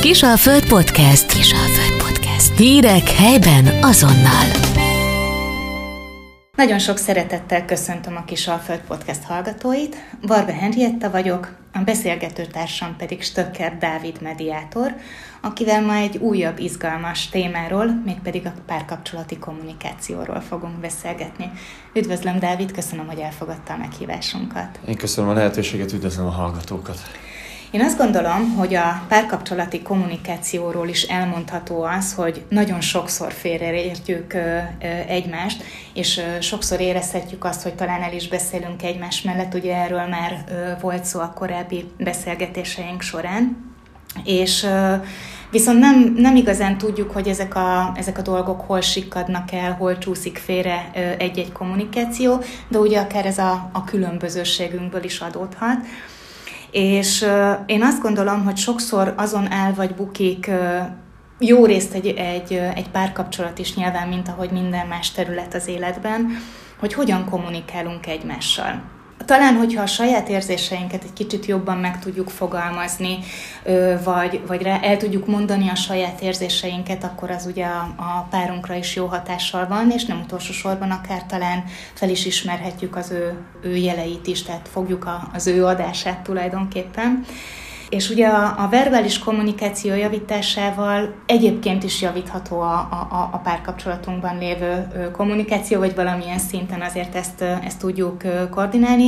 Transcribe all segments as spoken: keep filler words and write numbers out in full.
Kisalföld Podcast. Kisalföld Podcast. Hírek helyben azonnal. Nagyon sok szeretettel köszöntöm a Kisalföld Podcast hallgatóit. Varga Henrietta vagyok, a beszélgetőtársam pedig Stöcker Dávid mediátor, akivel ma egy újabb izgalmas témáról, mégpedig a párkapcsolati kommunikációról fogunk beszélgetni. Üdvözlöm, Dávid, köszönöm, hogy elfogadta a meghívásunkat. Én köszönöm a lehetőséget, üdvözlöm a hallgatókat. Én azt gondolom, hogy a párkapcsolati kommunikációról is elmondható az, hogy nagyon sokszor félreértjük egymást, és sokszor érezhetjük azt, hogy talán el is beszélünk egymás mellett, ugye erről már volt szó a korábbi beszélgetéseink során, és viszont nem, nem igazán tudjuk, hogy ezek a, ezek a dolgok hol sikkadnak el, hol csúszik félre egy-egy kommunikáció, de ugye akár ez a, a különbözőségünkből is adódhat. És uh, én azt gondolom, hogy sokszor azon áll vagy bukik uh, jó részt egy, egy, egy párkapcsolat is nyilván, mint ahogy minden más terület az életben, hogy hogyan kommunikálunk egymással. Talán, hogyha a saját érzéseinket egy kicsit jobban meg tudjuk fogalmazni, vagy, vagy rá el tudjuk mondani a saját érzéseinket, akkor az ugye a, a párunkra is jó hatással van, és nem utolsó sorban akár talán fel is ismerhetjük az ő, ő jeleit is, tehát fogjuk a, az ő adását tulajdonképpen. És ugye a, a verbális kommunikáció javításával egyébként is javítható a, a, a párkapcsolatunkban lévő kommunikáció, vagy valamilyen szinten azért ezt, ezt tudjuk koordinálni,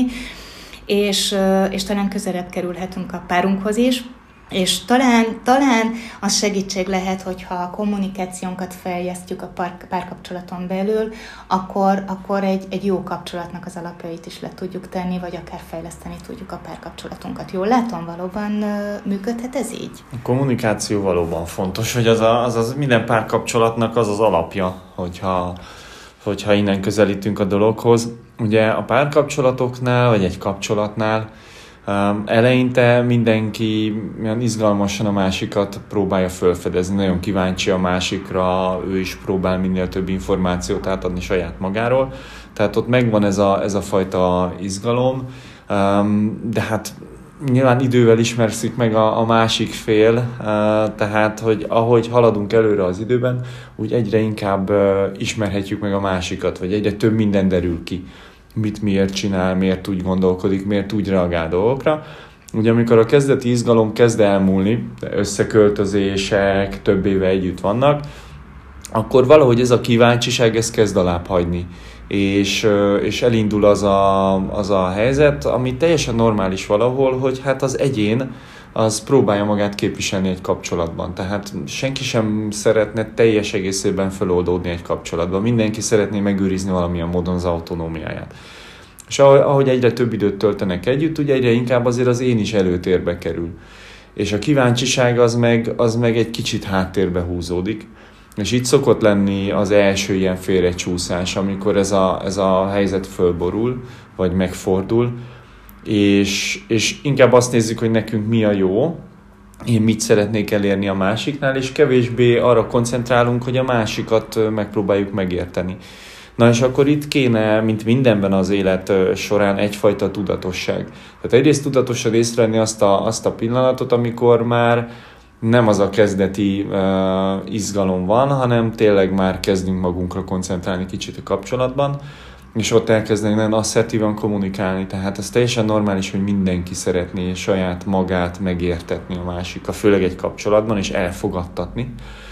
és, és talán közelebb kerülhetünk a párunkhoz is. És talán, talán az segítség lehet, hogyha a kommunikációnkat fejlesztjük a pár, párkapcsolaton belül, akkor, akkor egy, egy jó kapcsolatnak az alapjait is le tudjuk tenni, vagy akár fejleszteni tudjuk a párkapcsolatunkat. Jól látom, valóban működhet ez így? A kommunikáció valóban fontos, hogy az, a, az, az minden párkapcsolatnak az az alapja, hogyha, hogyha innen közelítünk a dologhoz. Ugye a párkapcsolatoknál, vagy egy kapcsolatnál Um, eleinte mindenki olyan izgalmasan a másikat próbálja felfedezni, nagyon kíváncsi a másikra, ő is próbál minél több információt átadni saját magáról, tehát ott megvan ez a, ez a fajta izgalom, um, de hát nyilván idővel ismerszik meg a, a másik fél, uh, tehát hogy ahogy haladunk előre az időben, úgy egyre inkább uh, ismerhetjük meg a másikat, vagy egyre több minden derül ki. Mit miért csinál, miért úgy gondolkodik, miért úgy reagál dolgokra. Ugye amikor a kezdeti izgalom kezd elmúlni, összeköltözések, több éve együtt vannak, akkor valahogy ez a kíváncsiság ez kezd alább hagyni. És, és elindul az a, az a helyzet, ami teljesen normális valahol, hogy hát az egyén az próbálja magát képviselni egy kapcsolatban. Tehát senki sem szeretne teljes egészében feloldódni egy kapcsolatban. Mindenki szeretné megőrizni valamilyen módon az autonómiáját. És ahogy egyre több időt töltenek együtt, ugye egyre inkább azért az én is előtérbe kerül. És a kíváncsiság az meg, az meg egy kicsit háttérbe húzódik. És itt szokott lenni az első ilyen félrecsúszás, amikor ez a, ez a helyzet fölborul, vagy megfordul, És, és inkább azt nézzük, hogy nekünk mi a jó, én mit szeretnék elérni a másiknál, és kevésbé arra koncentrálunk, hogy a másikat megpróbáljuk megérteni. Na és akkor itt kéne, mint mindenben az élet során egyfajta tudatosság. Tehát egyrészt tudatosan észrevenni azt a, azt a pillanatot, amikor már nem az a kezdeti uh, izgalom van, hanem tényleg már kezdünk magunkra koncentrálni kicsit a kapcsolatban, és ott elkezdeni nagyon asszertívan kommunikálni, tehát ez teljesen normális, hogy mindenki szeretné saját magát megértetni a másikkal, főleg egy kapcsolatban, és elfogadtatni.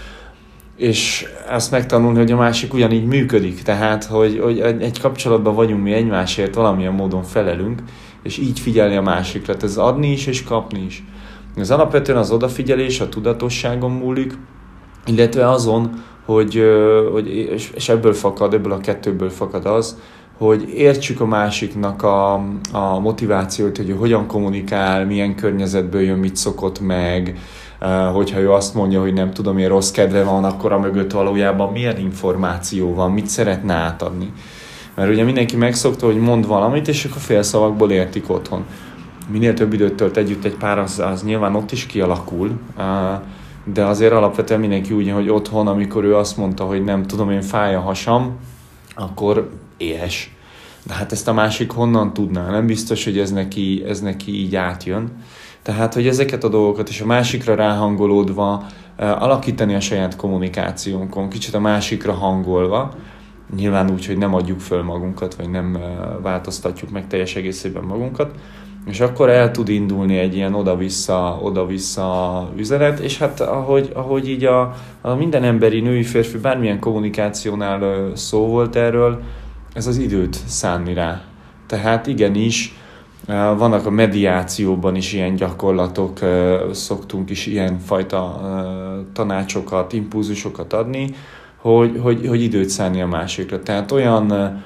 És azt megtanulni, hogy a másik ugyanígy működik, tehát, hogy, hogy egy kapcsolatban vagyunk mi egymásért, valamilyen módon felelünk, és így figyelni a másikra, tehát ez adni is, és kapni is. Ez alapvetően az odafigyelés, a tudatosságon múlik, illetve azon, hogy, hogy és ebből fakad, ebből a kettőből fakad az, hogy értsük a másiknak a, a motivációt, hogy hogyan kommunikál, milyen környezetből jön, mit szokott meg, hogyha ő azt mondja, hogy nem tudom, milyen rossz kedve van, akkor a mögött valójában milyen információ van, mit szeretne átadni. Mert ugye mindenki megszokta, hogy mond valamit, és akkor félszavakból értik otthon. Minél több időt tölt együtt egy pár, az, az nyilván ott is kialakul, de azért alapvetően mindenki úgy, hogy otthon, amikor ő azt mondta, hogy nem tudom, én fáj a hasam, akkor éhes. De hát ezt a másik honnan tudná? Nem biztos, hogy ez neki, ez neki így átjön. Tehát, hogy ezeket a dolgokat is a másikra ráhangolódva alakítani a saját kommunikációnkon, kicsit a másikra hangolva, nyilván úgy, hogy nem adjuk föl magunkat, vagy nem változtatjuk meg teljes egészében magunkat, és akkor el tud indulni egy ilyen oda-vissza, oda-vissza üzenet, és hát ahogy, ahogy így a, a minden emberi, női, férfi, bármilyen kommunikációnál szó volt erről, ez az időt szánni rá. Tehát igenis, vannak a mediációban is ilyen gyakorlatok, szoktunk is ilyen fajta tanácsokat, impulzusokat adni, hogy, hogy, hogy időt szánni a másikra. Tehát olyan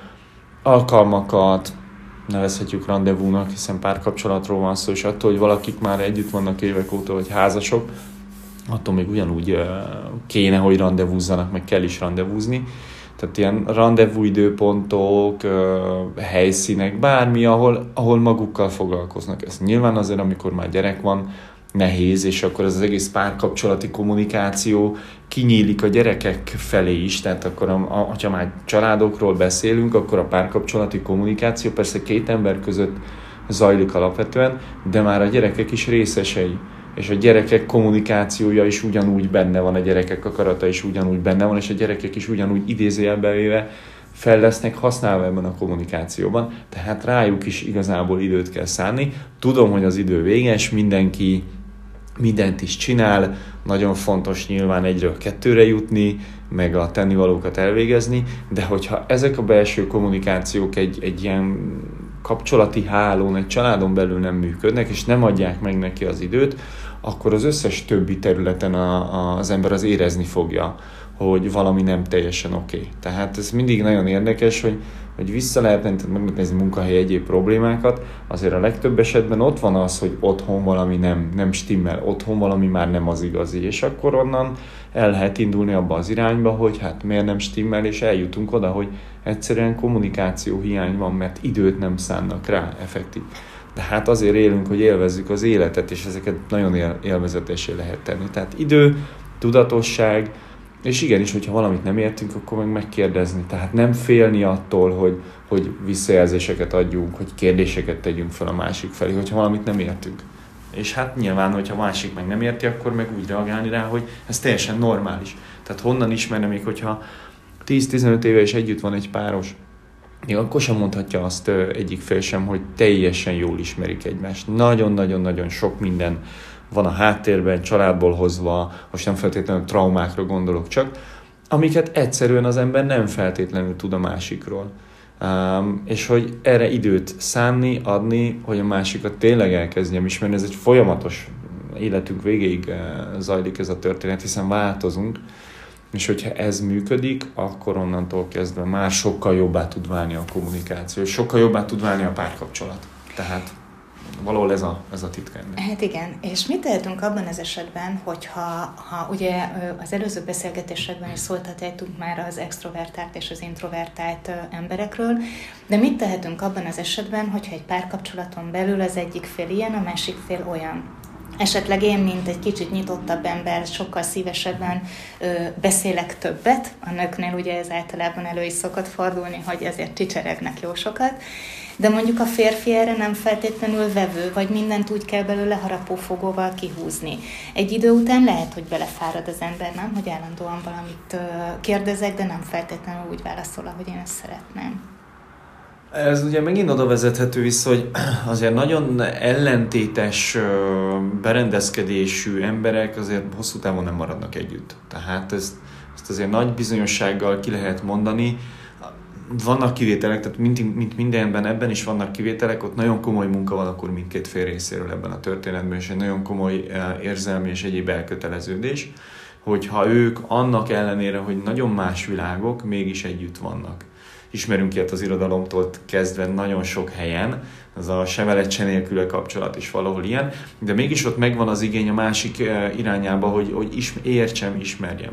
alkalmakat, nevezhetjük rendezvúnak, hiszen párkapcsolatról van szó, és attól, hogy valakik már együtt vannak évek óta, vagy házasok, attól még ugyanúgy kéne, hogy rendezvúzzanak, meg kell is rendezvúzni. Tehát ilyen rendezvú időpontok, helyszínek, bármi, ahol, ahol magukkal foglalkoznak. Ez nyilván azért, amikor már gyerek van, nehéz, és akkor az, az egész párkapcsolati kommunikáció kinyílik a gyerekek felé is, tehát akkor, a, a, ha már családokról beszélünk, akkor a párkapcsolati kommunikáció persze két ember között zajlik alapvetően, de már a gyerekek is részesei, és a gyerekek kommunikációja is ugyanúgy benne van, a gyerekek akarata is ugyanúgy benne van, és a gyerekek is ugyanúgy idézőjelben véve fel lesznek használva ebben a kommunikációban, tehát rájuk is igazából időt kell szánni. Tudom, hogy az idő véges, mindenki mindent is csinál, nagyon fontos nyilván egyről kettőre jutni, meg a tennivalókat elvégezni, de hogyha ezek a belső kommunikációk egy, egy ilyen kapcsolati hálón, egy családon belül nem működnek, és nem adják meg neki az időt, akkor az összes többi területen a, a, az ember az érezni fogja, hogy valami nem teljesen oké. Okay. Tehát ez mindig nagyon érdekes, hogy, hogy vissza lehetne megnézni munkahely egyéb problémákat, azért a legtöbb esetben ott van az, hogy otthon valami nem, nem stimmel, otthon valami már nem az igazi, és akkor onnan el lehet indulni abba az irányba, hogy hát miért nem stimmel, és eljutunk oda, hogy egyszerűen kommunikáció hiány van, mert időt nem szánnak rá effektív. De hát azért élünk, hogy élvezzük az életet, és ezeket nagyon élvezetessé lehet tenni. Tehát idő, tudatosság, és igenis, hogyha valamit nem értünk, akkor meg megkérdezni. Tehát nem félni attól, hogy, hogy visszajelzéseket adjunk, hogy kérdéseket tegyünk fel a másik felé, hogyha valamit nem értünk. És hát nyilván, hogyha a másik meg nem érti, akkor meg úgy reagálni rá, hogy ez teljesen normális. Tehát honnan ismerne még, hogyha tíz-tizenöt éve is együtt van egy páros, még akkor sem mondhatja azt egyik fél sem, hogy teljesen jól ismerik egymást. Nagyon-nagyon-nagyon sok minden van a háttérben, családból hozva, most nem feltétlenül traumákra gondolok csak, amiket egyszerűen az ember nem feltétlenül tud a másikról. Um, és hogy erre időt szánni, adni, hogy a másikat tényleg elkezdjem ismerni, ez egy folyamatos életünk végéig uh, zajlik ez a történet, hiszen változunk, és hogyha ez működik, akkor onnantól kezdve már sokkal jobbá tud válni a kommunikáció, és sokkal jobbá tud válni a párkapcsolat. Tehát valahol ez a, ez a titka ennek. Hát igen, és mit tehetünk abban az esetben, hogyha ha ugye az előző beszélgetésekben is szóltattunk már az extrovertált és az introvertált emberekről, de mit tehetünk abban az esetben, hogyha egy párkapcsolaton belül az egyik fél ilyen, a másik fél olyan? Esetleg én, mint egy kicsit nyitottabb ember, sokkal szívesebben ö, beszélek többet, a nőknél ugye ez általában elő is szokott fordulni, hogy ezért csicseregnek jó sokat, de mondjuk a férfi erre nem feltétlenül vevő, vagy mindent úgy kell belőle harapófogóval kihúzni. Egy idő után lehet, hogy belefárad az ember, nem? Hogy állandóan valamit ö, kérdezek, de nem feltétlenül úgy válaszol, ahogy én ezt szeretném. Ez ugye megint oda vezethető vissza, hogy azért nagyon ellentétes berendezkedésű emberek azért hosszú távon nem maradnak együtt. Tehát ezt, ezt azért nagy bizonyossággal ki lehet mondani. Vannak kivételek, tehát mint, mint mindenben ebben is vannak kivételek, ott nagyon komoly munka van akkor mindkét fél részéről ebben a történetben, és egy nagyon komoly érzelmi és egyéb elköteleződés, hogyha ők annak ellenére, hogy nagyon más világok, mégis együtt vannak. Ismerünk ilyet az irodalomtól kezdve nagyon sok helyen, az a se veled, se nélküle kapcsolat is valahol ilyen, de mégis ott megvan az igény a másik irányába, hogy, hogy ism- értsem, ismerjem.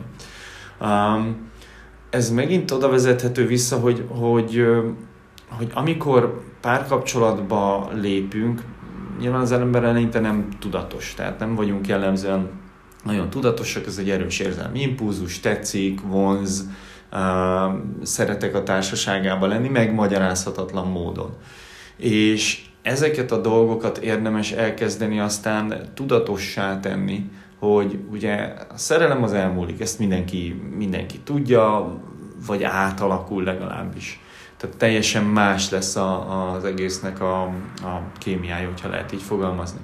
Um, ez megint oda vezethető vissza, hogy, hogy, hogy amikor párkapcsolatba lépünk, nyilván az ember eleinte nem tudatos, tehát nem vagyunk jellemzően nagyon tudatosak, ez egy erős érzelmi impulzus, tetszik, vonz, Uh, szeretek a társaságában lenni, megmagyarázhatatlan módon. És ezeket a dolgokat érdemes elkezdeni aztán tudatossá tenni, hogy ugye a szerelem az elmúlik, ezt mindenki, mindenki tudja, vagy átalakul legalábbis. Tehát teljesen más lesz a, az egésznek a, a kémiája, hogyha lehet így fogalmazni.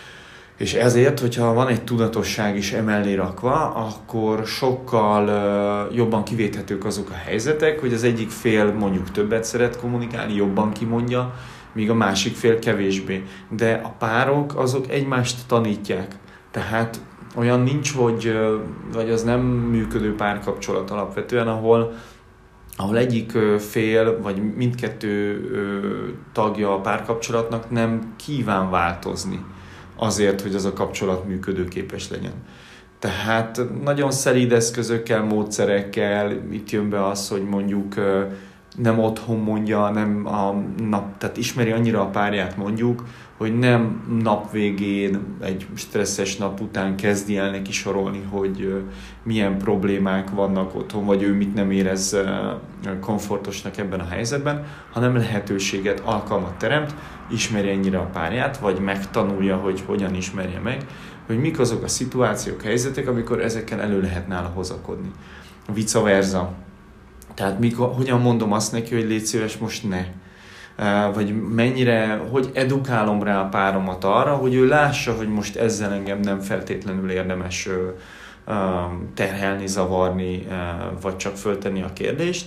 És ezért, hogyha van egy tudatosság is emellé rakva, akkor sokkal uh, jobban kivéthetők azok a helyzetek, hogy az egyik fél mondjuk többet szeret kommunikálni, jobban kimondja, míg a másik fél kevésbé. De a párok azok egymást tanítják. Tehát olyan nincs, hogy, vagy az nem működő párkapcsolat alapvetően, ahol, ahol egyik fél, vagy mindkettő tagja a párkapcsolatnak nem kíván változni azért, hogy az a kapcsolat működőképes legyen. Tehát nagyon szelíd eszközökkel, módszerekkel, itt jön be az, hogy mondjuk nem otthon mondja, nem a nap, tehát ismeri annyira a párját mondjuk, hogy nem nap végén, egy stresszes nap után kezdi el neki sorolni, hogy milyen problémák vannak otthon, vagy ő mit nem érez komfortosnak ebben a helyzetben, hanem lehetőséget, alkalmat teremt, ismeri ennyire a párját, vagy megtanulja, hogy hogyan ismerje meg, hogy mik azok a szituációk, helyzetek, amikor ezekkel elő lehet nála hozakodni. Vice versa. Tehát mikor, hogyan mondom azt neki, hogy légy szíves, most ne. Vagy mennyire, hogy edukálom rá a páromat arra, hogy ő lássa, hogy most ezzel engem nem feltétlenül érdemes terhelni, zavarni, vagy csak föltenni a kérdést.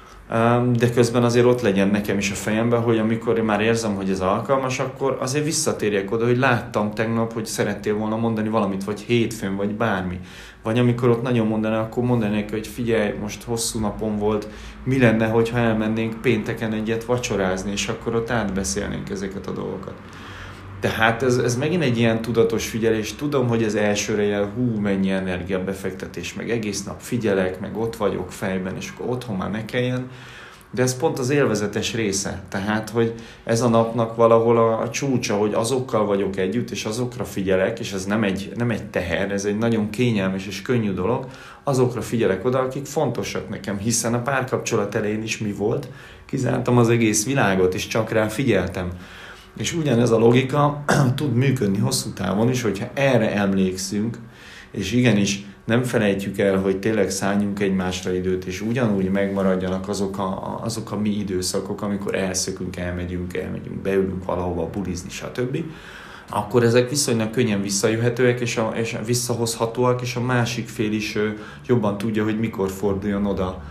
De közben azért ott legyen nekem is a fejemben, hogy amikor én már érzem, hogy ez alkalmas, akkor azért visszatérjek oda, hogy láttam tegnap, hogy szerettél volna mondani valamit, vagy hétfőn, vagy bármi. Vagy amikor ott nagyon mondaná, akkor mondani neki, hogy figyelj, most hosszú napon volt, mi lenne, hogyha elmennénk pénteken egyet vacsorázni, és akkor ott átbeszélnénk ezeket a dolgokat. Tehát ez, ez megint egy ilyen tudatos figyelés. Tudom, hogy ez elsőre jel, hú, mennyi energiabefektetés, meg egész nap figyelek, meg ott vagyok fejben, és akkor otthon már ne kelljen. De ez pont az élvezetes része. Tehát, hogy ez a napnak valahol a, a csúcsa, hogy azokkal vagyok együtt, és azokra figyelek, és ez nem egy, nem egy teher, ez egy nagyon kényelmes és könnyű dolog, azokra figyelek oda, akik fontosak nekem, hiszen a párkapcsolat elején is mi volt? Kizártam az egész világot, és csak rá figyeltem. És ugyanez a logika tud működni hosszú távon is, hogyha erre emlékszünk, és igenis nem felejtjük el, hogy tényleg szálljunk egymásra időt, és ugyanúgy megmaradjanak azok a, azok a mi időszakok, amikor elszökünk, elmegyünk, elmegyünk, beülünk valahova bulizni, stb., akkor ezek viszonylag könnyen visszajöhetőek, és, a, és visszahozhatóak, és a másik fél is jobban tudja, hogy mikor forduljon oda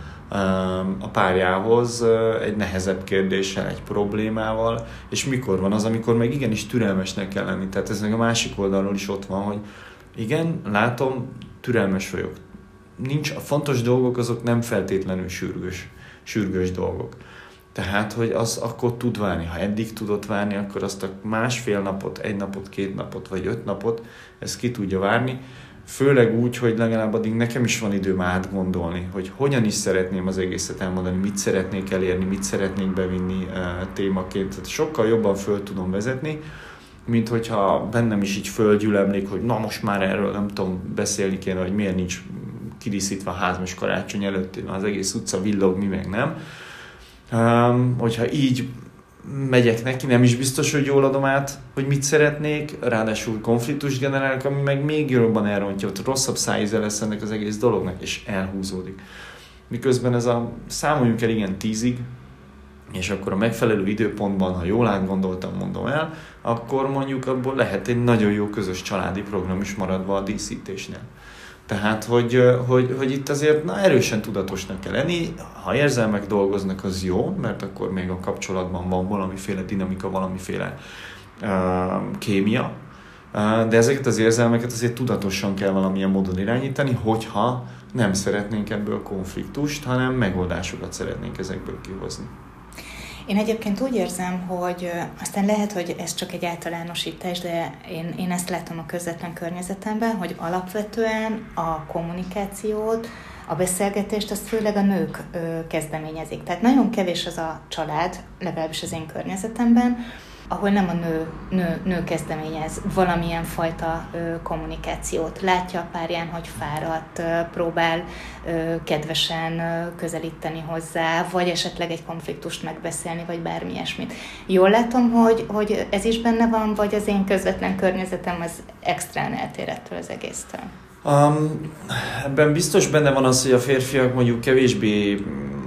a párjához egy nehezebb kérdéssel, egy problémával, és mikor van az, amikor meg igenis türelmesnek kell lenni. Tehát ez meg a másik oldalról is ott van, hogy igen, látom, türelmes vagyok. Nincs, a fontos dolgok azok nem feltétlenül sürgős, sürgős dolgok. Tehát, hogy az akkor tud várni. Ha eddig tudott várni, akkor azt a másfél napot, egy napot, két napot, vagy öt napot, ezt ki tudja várni. Főleg úgy, hogy legalább addig nekem is van időm átgondolni, hogy hogyan is szeretném az egészet elmondani, mit szeretnék elérni, mit szeretnék bevinni uh, témaként. Tehát sokkal jobban föl tudom vezetni, mint hogyha bennem is így földgyülemlik, hogy na most már erről nem tudom beszélni kéne, hogy miért nincs kidíszítva a ház most karácsony előtt, az egész utca villog, mi meg nem. Um, hogyha így megyek neki, nem is biztos, hogy jól adom át, hogy mit szeretnék, ráadásul konfliktus generálok, ami meg még jobban elrontja, hogy rosszabb szájíze lesz ennek az egész dolognak, és elhúzódik. Miközben ez a számoljunk el igen tízig, és akkor a megfelelő időpontban, ha jól átgondoltam, mondom el, akkor mondjuk abból lehet egy nagyon jó közös családi program is maradva a díszítésnél. Tehát, hogy, hogy, hogy itt azért na, erősen tudatosnak kell lenni, ha érzelmek dolgoznak, az jó, mert akkor még a kapcsolatban van valamiféle dinamika, valamiféle uh, kémia, uh, de ezeket az érzelmeket azért tudatosan kell valamilyen módon irányítani, hogyha nem szeretnénk ebből konfliktust, hanem megoldásokat szeretnénk ezekből kihozni. Én egyébként úgy érzem, hogy aztán lehet, hogy ez csak egy általánosítás, de én, én ezt látom a közvetlen környezetemben, hogy alapvetően a kommunikációt, a beszélgetést, azt főleg a nők ö, kezdeményezik. Tehát nagyon kevés az a család, legalábbis az én környezetemben, ahol nem a nő, nő, nő kezdeményez valamilyen fajta ö, kommunikációt. Látja a párján, hogy fáradt, ö, próbál ö, kedvesen ö, közelíteni hozzá, vagy esetleg egy konfliktust megbeszélni, vagy bármi ilyesmit. Jól látom, hogy, hogy ez is benne van, vagy az én közvetlen környezetem az extrán eltér ettől az egésztől? Um, ebben biztos benne van az, hogy a férfiak mondjuk kevésbé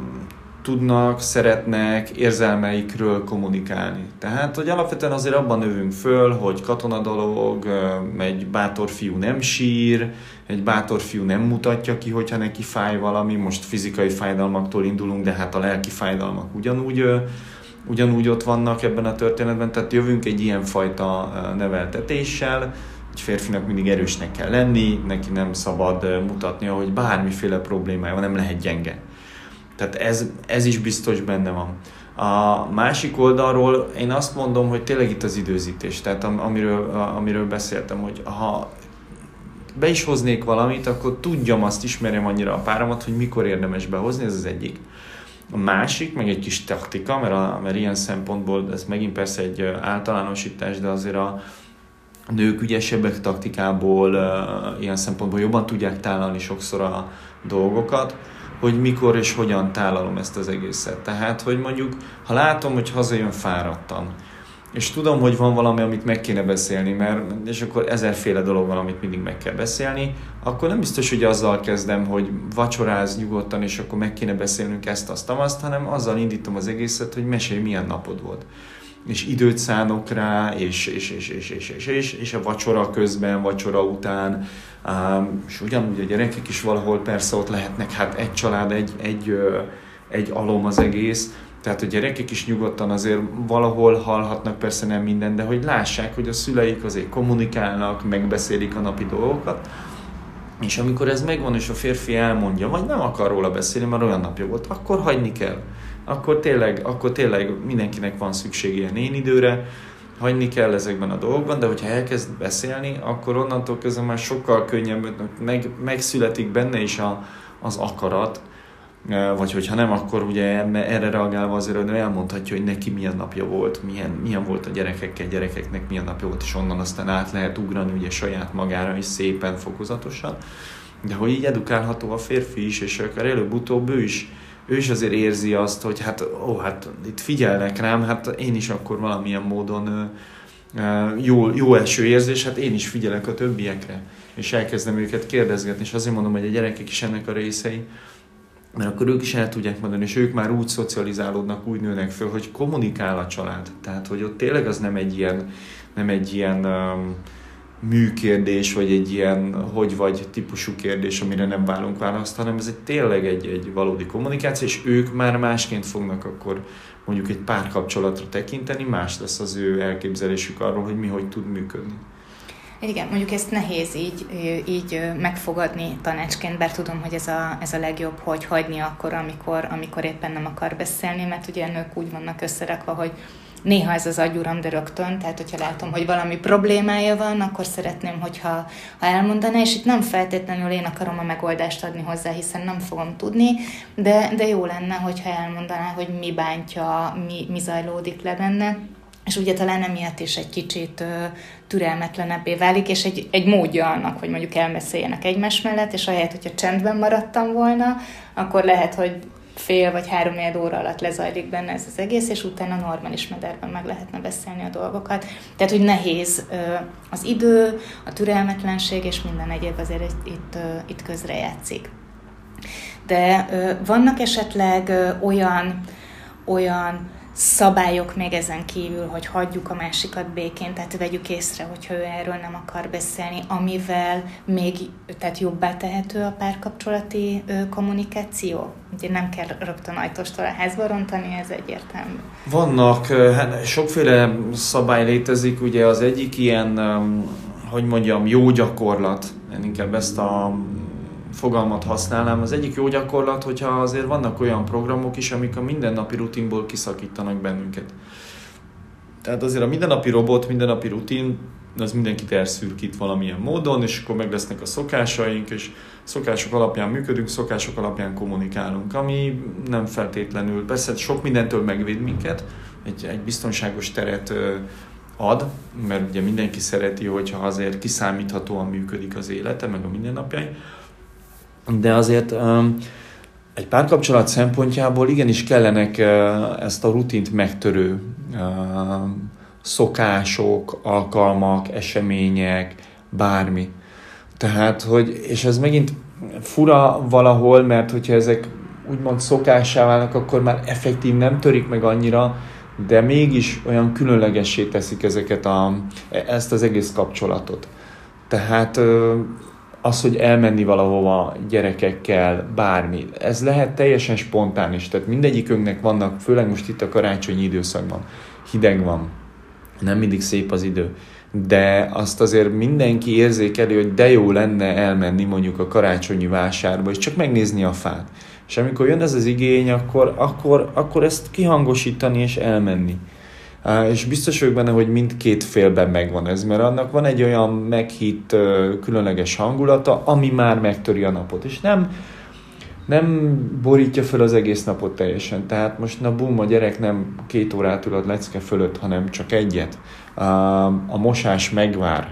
tudnak, szeretnek érzelmeikről kommunikálni. Tehát, hogy alapvetően azért abban növünk föl, hogy katonadolog, egy bátor fiú nem sír, egy bátor fiú nem mutatja ki, hogyha neki fáj valami, most fizikai fájdalmaktól indulunk, de hát a lelki fájdalmak ugyanúgy, ugyanúgy ott vannak ebben a történetben, tehát jövünk egy ilyenfajta neveltetéssel, egy férfinak mindig erősnek kell lenni, neki nem szabad mutatnia, hogy bármiféle problémája van, nem lehet gyenge. Tehát ez, ez is biztos benne van. A másik oldalról én azt mondom, hogy tényleg itt az időzítés, tehát amiről, amiről beszéltem, hogy ha be is hoznék valamit, akkor tudjam, azt ismerjem annyira a páromat, hogy mikor érdemes behozni, ez az egyik. A másik, meg egy kis taktika, mert, a, mert ilyen szempontból, ez megint persze egy általánosítás, de azért a nők ügyesebbek taktikából, ilyen szempontból jobban tudják tálalni sokszor a dolgokat, hogy mikor és hogyan tálalom ezt az egészet. Tehát, hogy mondjuk, ha látom, hogy hazajön fáradtan, és tudom, hogy van valami, amit meg kéne beszélni, mert, és akkor ezerféle dolog van, amit mindig meg kell beszélni, akkor nem biztos, hogy azzal kezdem, hogy vacsoráz nyugodtan, és akkor meg kéne beszélnünk ezt, azt, azt, hanem azzal indítom az egészet, hogy mesélj, milyen napod volt. És időt szánok rá, és, és, és, és, és, és, és, és a vacsora közben, vacsora után, um, és ugyanúgy a gyerekek is valahol persze ott lehetnek, hát egy család, egy, egy, egy alom az egész, tehát a gyerekek is nyugodtan azért valahol hallhatnak, persze nem minden, de hogy lássák, hogy a szüleik azért kommunikálnak, megbeszélik a napi dolgokat, és amikor ez megvan, és a férfi elmondja, vagy nem akar róla beszélni, mert olyan napja volt, akkor hagyni kell. Akkor tényleg, akkor tényleg mindenkinek van szükség ilyen én időre, hagyni kell ezekben a dolgokban, de hogyha elkezd beszélni, akkor onnantól kezdve már sokkal könnyebb, meg, megszületik benne is a, az akarat, vagy hogyha nem, akkor ugye erre reagálva azért elmondhatja, hogy neki milyen napja volt, milyen, milyen volt a gyerekekkel, gyerekeknek milyen napja volt, és onnan aztán át lehet ugrani ugye saját magára is szépen, fokozatosan. De hogy így edukálható a férfi is, és akár előbb-utóbb ő is, ő is azért érzi azt, hogy hát, ó, hát itt figyelnek rám, hát én is akkor valamilyen módon jó, jó első érzés, hát én is figyelek a többiekre, és elkezdem őket kérdezgetni, és azért mondom, hogy a gyerekek is ennek a részei, mert akkor ők is el tudják mondani, és ők már úgy szocializálódnak, úgy nőnek föl, hogy kommunikál a család. Tehát, hogy ott tényleg az nem egy ilyen, nem egy ilyen um, műkérdés, vagy egy ilyen hogy vagy típusú kérdés, amire nem válunk választ, hanem ez egy tényleg egy, egy valódi kommunikáció, és ők már másként fognak akkor mondjuk egy párkapcsolatra tekinteni, más lesz az ő elképzelésük arról, hogy mi hogy tud működni. Igen, mondjuk ezt nehéz így, így megfogadni tanácsként, bár tudom, hogy ez a, ez a legjobb, hogy hagyni akkor, amikor, amikor éppen nem akar beszélni, mert ugye nők úgy vannak összerakva, hogy néha ez az agyuram, de rögtön, tehát hogyha látom, hogy valami problémája van, akkor szeretném, hogyha ha elmondaná, és itt nem feltétlenül én akarom a megoldást adni hozzá, hiszen nem fogom tudni, de, de jó lenne, hogyha elmondaná, hogy mi bántja, mi, mi zajlódik le benne, és ugye talán emiatt is egy kicsit ö, türelmetlenebbé válik, és egy, egy módja annak, hogy mondjuk elbeszéljenek egymás mellett, és ahelyett, hogyha csendben maradtam volna, akkor lehet, hogy fél vagy három óra alatt lezajlik benne ez az egész, és utána normális mederben meg lehetne beszélni a dolgokat. Tehát, hogy nehéz ö, az idő, a türelmetlenség, és minden egyéb azért itt, ö, itt közrejátszik. De ö, vannak esetleg ö, olyan, olyan szabályok még ezen kívül, hogy hagyjuk a másikat békén, tehát vegyük észre, hogyha ő erről nem akar beszélni, amivel még tehát jobbá tehető a párkapcsolati ö, kommunikáció. Ugye nem kell rögtön ajtóstól a házba rontani, ez egyértelmű. Vannak, hát sokféle szabály létezik, ugye az egyik ilyen, hogy mondjam, jó gyakorlat, én inkább ezt a fogalmat használnám. Az egyik jó gyakorlat, hogyha azért vannak olyan programok is, amik a mindennapi rutinból kiszakítanak bennünket. Tehát azért a mindennapi robot, mindennapi rutin, az mindenkit elszürkít valamilyen módon, és akkor meg lesznek a szokásaink, és szokások alapján működünk, szokások alapján kommunikálunk, ami nem feltétlenül, persze sok mindentől megvéd minket, egy, egy biztonságos teret ad, mert ugye mindenki szereti, hogyha azért kiszámíthatóan működik az élete, meg a mindennapjai, de azért egy párkapcsolat szempontjából igenis kellenek ezt a rutint megtörő szokások, alkalmak, események, bármi. Tehát, hogy, és ez megint fura valahol, mert hogyha ezek úgymond szokássá válnak, akkor már effektív nem törik meg annyira, de mégis olyan különlegessé teszik ezeket a, ezt az egész kapcsolatot. Tehát az, hogy elmenni valahova gyerekekkel, bármi, ez lehet teljesen spontán is. Tehát mindegyikünknek vannak, főleg most itt a karácsonyi időszakban, hideg van, nem mindig szép az idő, de azt azért mindenki érzékeli, hogy de jó lenne elmenni mondjuk a karácsonyi vásárba, és csak megnézni a fát. És amikor jön ez az igény, akkor, akkor, akkor ezt kihangosítani és elmenni. És biztos vagyok benne, hogy mindkét félben megvan ez, mert annak van egy olyan meghitt, különleges hangulata, ami már megtöri a napot. És nem, nem borítja fel az egész napot teljesen. Tehát most na bum, a gyerek nem két órát ül a lecke fölött, hanem csak egyet. A mosás megvár.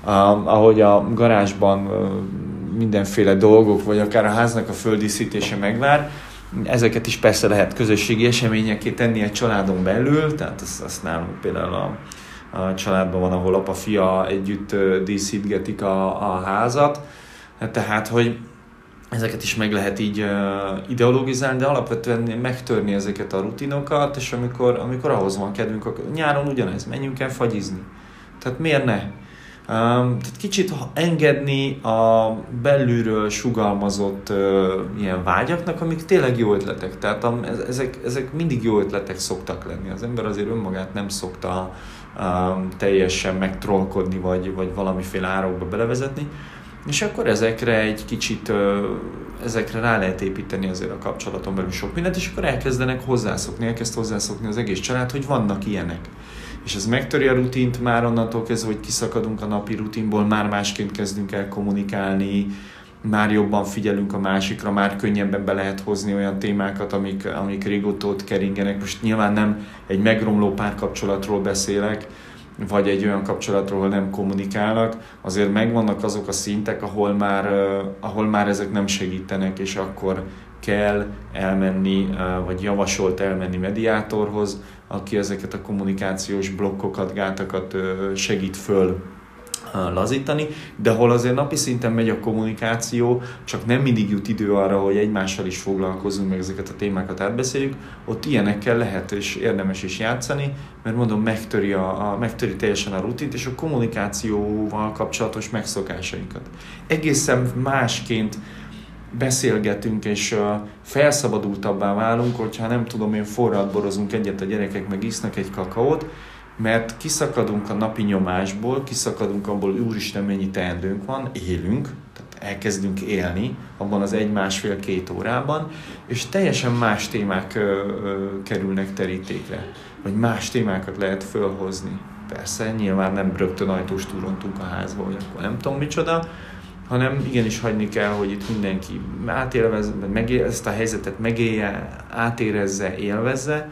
Ahogy a garázsban mindenféle dolgok, vagy akár a háznak a földíszítése megvár, ezeket is persze lehet közösségi eseményekké tenni egy családon belül, tehát azt, azt nálunk például a, a családban van, ahol apa-fia együtt díszítgetik a, a házat, tehát, hogy ezeket is meg lehet így uh, ideologizálni, de alapvetően megtörni ezeket a rutinokat, és amikor, amikor ahhoz van kedvünk, akkor nyáron ugyanez, menjünk el fagyizni. Tehát miért ne? Um, tehát kicsit engedni a belülről sugalmazott uh, ilyen vágyaknak, amik tényleg jó ötletek. Tehát um, ezek, ezek mindig jó ötletek szoktak lenni. Az ember azért önmagát nem szokta um, teljesen megtrollkodni, vagy, vagy valamiféle árokba belevezetni. És akkor ezekre egy kicsit, uh, ezekre rá lehet építeni azért a kapcsolaton belül sok mindent, és akkor elkezdenek hozzászokni, elkezd hozzászokni az egész család, hogy vannak ilyenek. És ez megtöri a rutint már onnantól kezdve, hogy kiszakadunk a napi rutinból, már másként kezdünk el kommunikálni, már jobban figyelünk a másikra, már könnyebben be lehet hozni olyan témákat, amik, amik régóta ott keringenek. Most nyilván nem egy megromló párkapcsolatról beszélek, vagy egy olyan kapcsolatról, ahol nem kommunikálnak, azért megvannak azok a szintek, ahol már, ahol már ezek nem segítenek, és akkor kell elmenni, vagy javasolt elmenni mediátorhoz, aki ezeket a kommunikációs blokkokat, gátakat segít föl lazítani, de hol azért napi szinten megy a kommunikáció, csak nem mindig jut idő arra, hogy egymással is foglalkozunk, meg ezeket a témákat átbeszéljük, ott ilyenekkel lehet és érdemes is játszani, mert mondom, megtöri, a, a, megtöri teljesen a rutint és a kommunikációval kapcsolatos megszokásainkat. Egészen másként beszélgetünk, és uh, felszabadultabbá válunk, hogyha nem tudom én, forralt borozunk egyet a gyerekek, meg isznak egy kakaót, mert kiszakadunk a napi nyomásból, kiszakadunk abból, úristen, mennyi teendőnk van, élünk, tehát elkezdünk élni abban az egy-másfél-két órában, és teljesen más témák ö, ö, kerülnek terítékre, vagy más témákat lehet fölhozni. Persze, nyilván nem rögtön ajtós túrontunk a házba, vagy akkor nem tudom micsoda, hanem igenis hagyni kell, hogy itt mindenki átélvezze, megél, ezt a helyzetet megélje, átérezze, élvezze,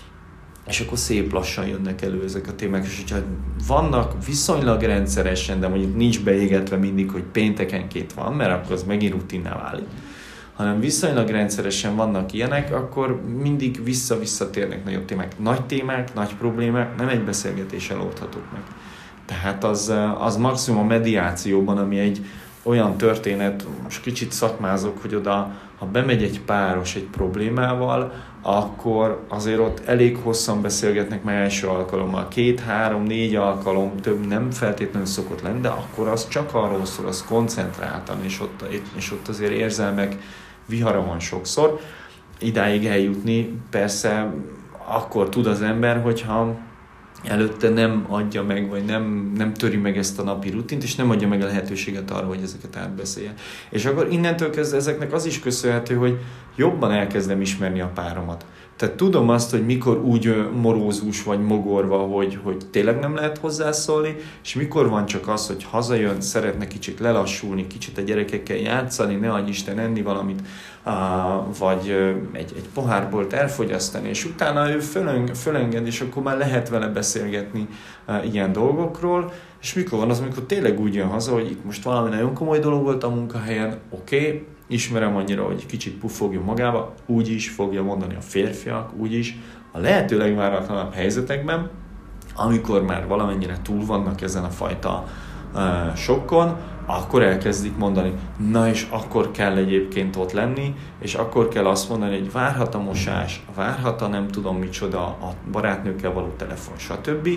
és akkor szép lassan jönnek elő ezek a témák, és hogyha vannak viszonylag rendszeresen, de mondjuk nincs beégetve mindig, hogy péntekenként van, mert akkor az megint rutinná válik, hanem viszonylag rendszeresen vannak ilyenek, akkor mindig vissza-visszatérnek nagyobb témák. Nagy témák, nagy problémák nem egy beszélgetéssel oldhatók meg. Tehát az, az maximum a mediációban, ami egy olyan történet, most kicsit szakmázok, hogy oda, ha bemegy egy páros egy problémával, akkor azért ott elég hosszan beszélgetnek már első alkalommal. Két, három, négy alkalom, több nem feltétlenül szokott lenni, de akkor az csak arról szól, az koncentráltan, és ott, és ott azért érzelmek vihara van sokszor. Idáig eljutni persze akkor tud az ember, hogyha előtte nem adja meg, vagy nem, nem töri meg ezt a napi rutint, és nem adja meg a lehetőséget arra, hogy ezeket átbeszélje. És akkor innentől kezdve ezeknek az is köszönhető, hogy jobban elkezdem ismerni a páromat. Tehát tudom azt, hogy mikor úgy morózus vagy mogorva, hogy, hogy tényleg nem lehet hozzászólni, és mikor van csak az, hogy hazajön, szeretne kicsit lelassulni, kicsit a gyerekekkel játszani, ne adj Isten enni valamit, vagy egy, egy pohárbolt elfogyasztani, és utána ő föleng, fölenged, és akkor már lehet vele beszélgetni ilyen dolgokról, és mikor van az, amikor tényleg úgy jön haza, hogy itt most valami nagyon komoly dolog volt a munkahelyen, oké, okay, ismerem annyira, hogy kicsit puffogjon magába, úgy is fogja mondani a férfiak, úgy is, a lehető legváratlanabb helyzetekben, amikor már valamennyire túl vannak ezen a fajta uh, sokkon, akkor elkezdik mondani, na és akkor kell egyébként ott lenni, és akkor kell azt mondani, hogy várhat a mosás, várhat a nem tudom micsoda, a barátnőkkel való telefon, stb.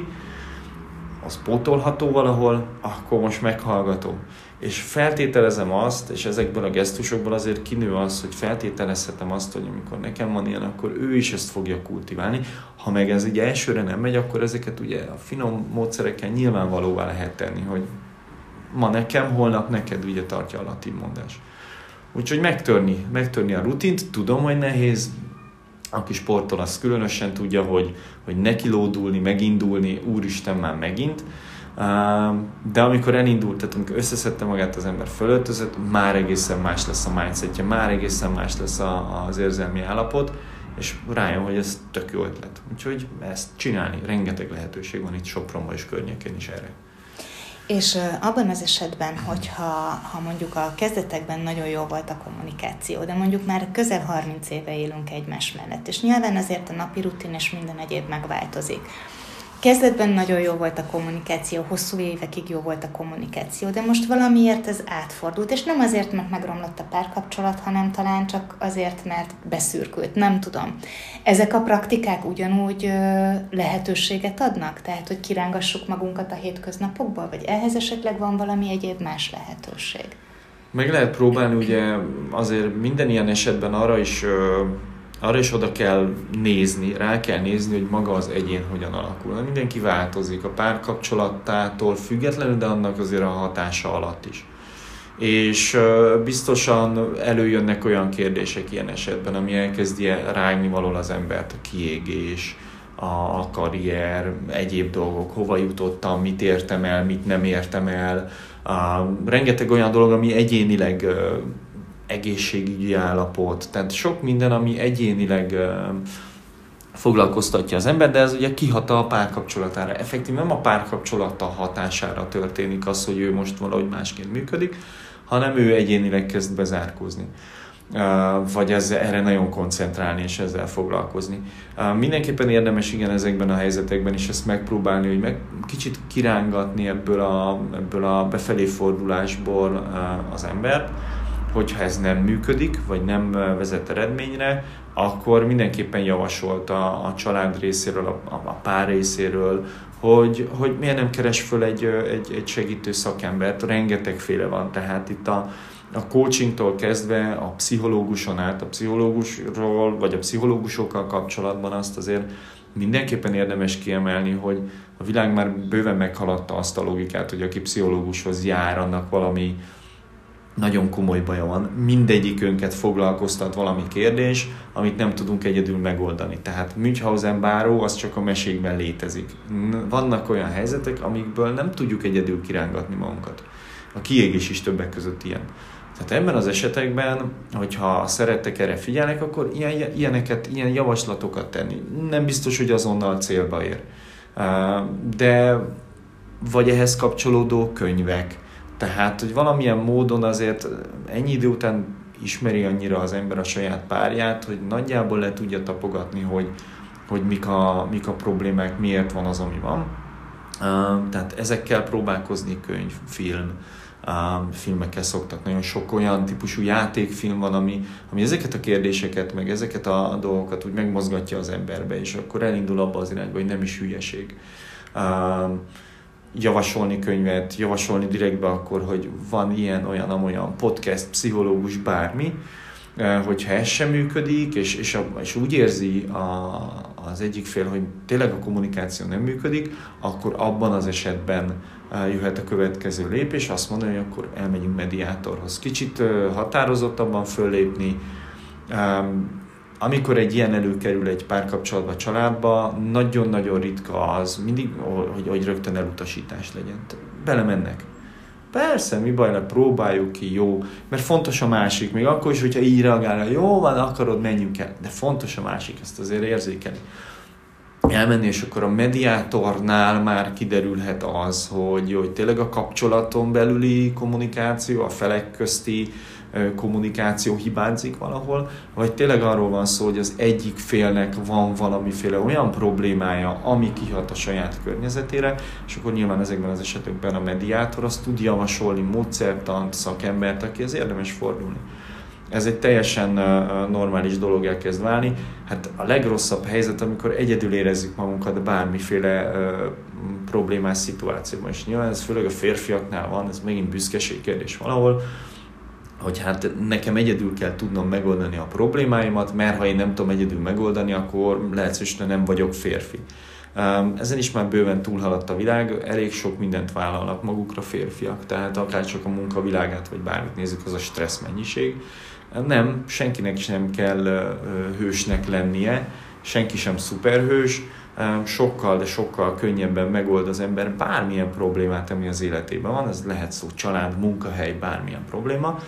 Az pótolható valahol, akkor most meghallgatom. És feltételezem azt, és ezekből a gesztusokból azért kinő az, hogy feltételezhetem azt, hogy amikor nekem van ilyen, akkor ő is ezt fogja kultiválni. Ha meg ez így elsőre nem megy, akkor ezeket ugye a finom módszerekkel nyilvánvalóvá lehet tenni, hogy ma nekem, holnap neked, ugye tartja a latin mondás. Úgyhogy megtörni, megtörni a rutint, tudom, hogy nehéz, aki sportol, az különösen tudja, hogy, hogy nekilódulni, megindulni, úristen már megint, de amikor elindult, tehát amikor összeszedte magát az ember, fölöltözött, már egészen más lesz a mindsetje, már egészen más lesz a, az érzelmi állapot, és rájön, hogy ez tök jó ötlet. Úgyhogy ezt csinálni, rengeteg lehetőség van itt Sopronban és környékén is erre. És abban az esetben, hogyha ha mondjuk a kezdetekben nagyon jó volt a kommunikáció, de mondjuk már közel harminc éve élünk egymás mellett, és nyilván azért a napi rutin és minden egyéb megváltozik. Kezdetben nagyon jó volt a kommunikáció, hosszú évekig jó volt a kommunikáció, de most valamiért ez átfordult, és nem azért, mert megromlott a párkapcsolat, hanem talán csak azért, mert beszürkült, nem tudom. Ezek a praktikák ugyanúgy ö, lehetőséget adnak? Tehát, hogy kirángassuk magunkat a hétköznapokból, vagy ehhez esetleg van valami egyéb más lehetőség? Meg lehet próbálni, ugye azért minden ilyen esetben arra is... Ö... Arra is oda kell nézni, rá kell nézni, hogy maga az egyén hogyan alakul. Mindenki változik, a párkapcsolatától függetlenül, de annak azért a hatása alatt is. És biztosan előjönnek olyan kérdések ilyen esetben, ami elkezdi rágni valahol az embert, a kiégés, a karrier, egyéb dolgok, hova jutottam, mit értem el, mit nem értem el. Rengeteg olyan dolog, ami egyénileg egészségügyi állapot, tehát sok minden, ami egyénileg uh, foglalkoztatja az ember, de ez ugye kihat a párkapcsolatára. Effektív nem a párkapcsolata hatására történik az, hogy ő most valahogy másként működik, hanem ő egyénileg kezd bezárkózni. Uh, vagy ez, erre nagyon koncentrálni és ezzel foglalkozni. Uh, mindenképpen érdemes igen ezekben a helyzetekben is ezt megpróbálni, hogy meg kicsit kirángatni ebből a, ebből a befelé fordulásból uh, az embert. Hogyha ez nem működik, vagy nem vezet eredményre, akkor mindenképpen javasolt a, a család részéről, a, a pár részéről, hogy, hogy miért nem keres föl egy, egy, egy segítő szakembert. Rengetegféle van, tehát itt a, a coachingtól kezdve a pszichológuson át, a pszichológusról, vagy a pszichológusokkal kapcsolatban azt azért mindenképpen érdemes kiemelni, hogy a világ már bőven meghaladta azt a logikát, hogy aki pszichológushoz jár, annak valami nagyon komoly baja van. Mindegyikünket foglalkoztat valami kérdés, amit nem tudunk egyedül megoldani. Tehát Münchhausen báró az csak a mesékben létezik. Vannak olyan helyzetek, amikből nem tudjuk egyedül kirángatni magunkat. A kiégés is többek között ilyen. Tehát ebben az esetekben, hogyha szerettek erre figyelnek, akkor ilyen, ilyeneket, ilyen javaslatokat tenni. Nem biztos, hogy azonnal célba ér. De vagy ehhez kapcsolódó könyvek. Tehát, hogy valamilyen módon azért ennyi idő után ismeri annyira az ember a saját párját, hogy nagyjából le tudja tapogatni, hogy, hogy mik, a, mik a problémák, miért van az, ami van. Tehát ezekkel próbálkozni, könyv, film, filmekkel szoktak. Nagyon sok olyan típusú játékfilm van, ami, ami ezeket a kérdéseket, meg ezeket a dolgokat úgy megmozgatja az emberbe, és akkor elindul abba az irányba, hogy nem is hülyeség. Javasolni könyvet, javasolni direktbe akkor, hogy van ilyen, olyan, amolyan podcast, pszichológus, bármi, hogyha ez sem működik, és, és, a, és úgy érzi a, az egyik fél, hogy tényleg a kommunikáció nem működik, akkor abban az esetben jöhet a következő lépés, azt mondani, hogy akkor elmegyünk mediátorhoz. Kicsit határozottabban föllépni, amikor egy ilyen előkerül egy párkapcsolatba, családba, nagyon-nagyon ritka az, mindig, hogy, hogy rögtön elutasítás legyen. Belemennek. Persze, mi baj, próbáljuk ki, jó, mert fontos a másik, még akkor is, hogyha így reagál, jó van, akarod, menjünk el, de fontos a másik, ezt azért érzékelni. Elmenni, és akkor a mediátornál már kiderülhet az, hogy, hogy tényleg a kapcsolaton belüli kommunikáció, a felek közti kommunikáció hibázik valahol, vagy tényleg arról van szó, hogy az egyik félnek van valamiféle olyan problémája, ami kihat a saját környezetére, és akkor nyilván ezekben az esetekben a mediátor azt tud javasolni módszertant, szakembert, aki az érdemes fordulni. Ez egy teljesen normális dolog elkezd válni. Hát a legrosszabb helyzet, amikor egyedül érezzük magunkat bármiféle uh, problémás szituációban. És nyilván ez főleg a férfiaknál van, ez megint büszkeség kérdés valahol, hogy hát nekem egyedül kell tudnom megoldani a problémáimat, mert ha én nem tudom egyedül megoldani, akkor lehet, hogy nem vagyok férfi. Ezen is már bőven túlhaladt a világ, elég sok mindent vállalnak magukra férfiak, tehát akár csak a munkavilágát, vagy bármit nézzük, az a stressz mennyiség. Nem, senkinek sem kell hősnek lennie, senki sem szuperhős, sokkal, de sokkal könnyebben megold az ember bármilyen problémát, ami az életében van, ez lehet szó család, munkahely, bármilyen probléma,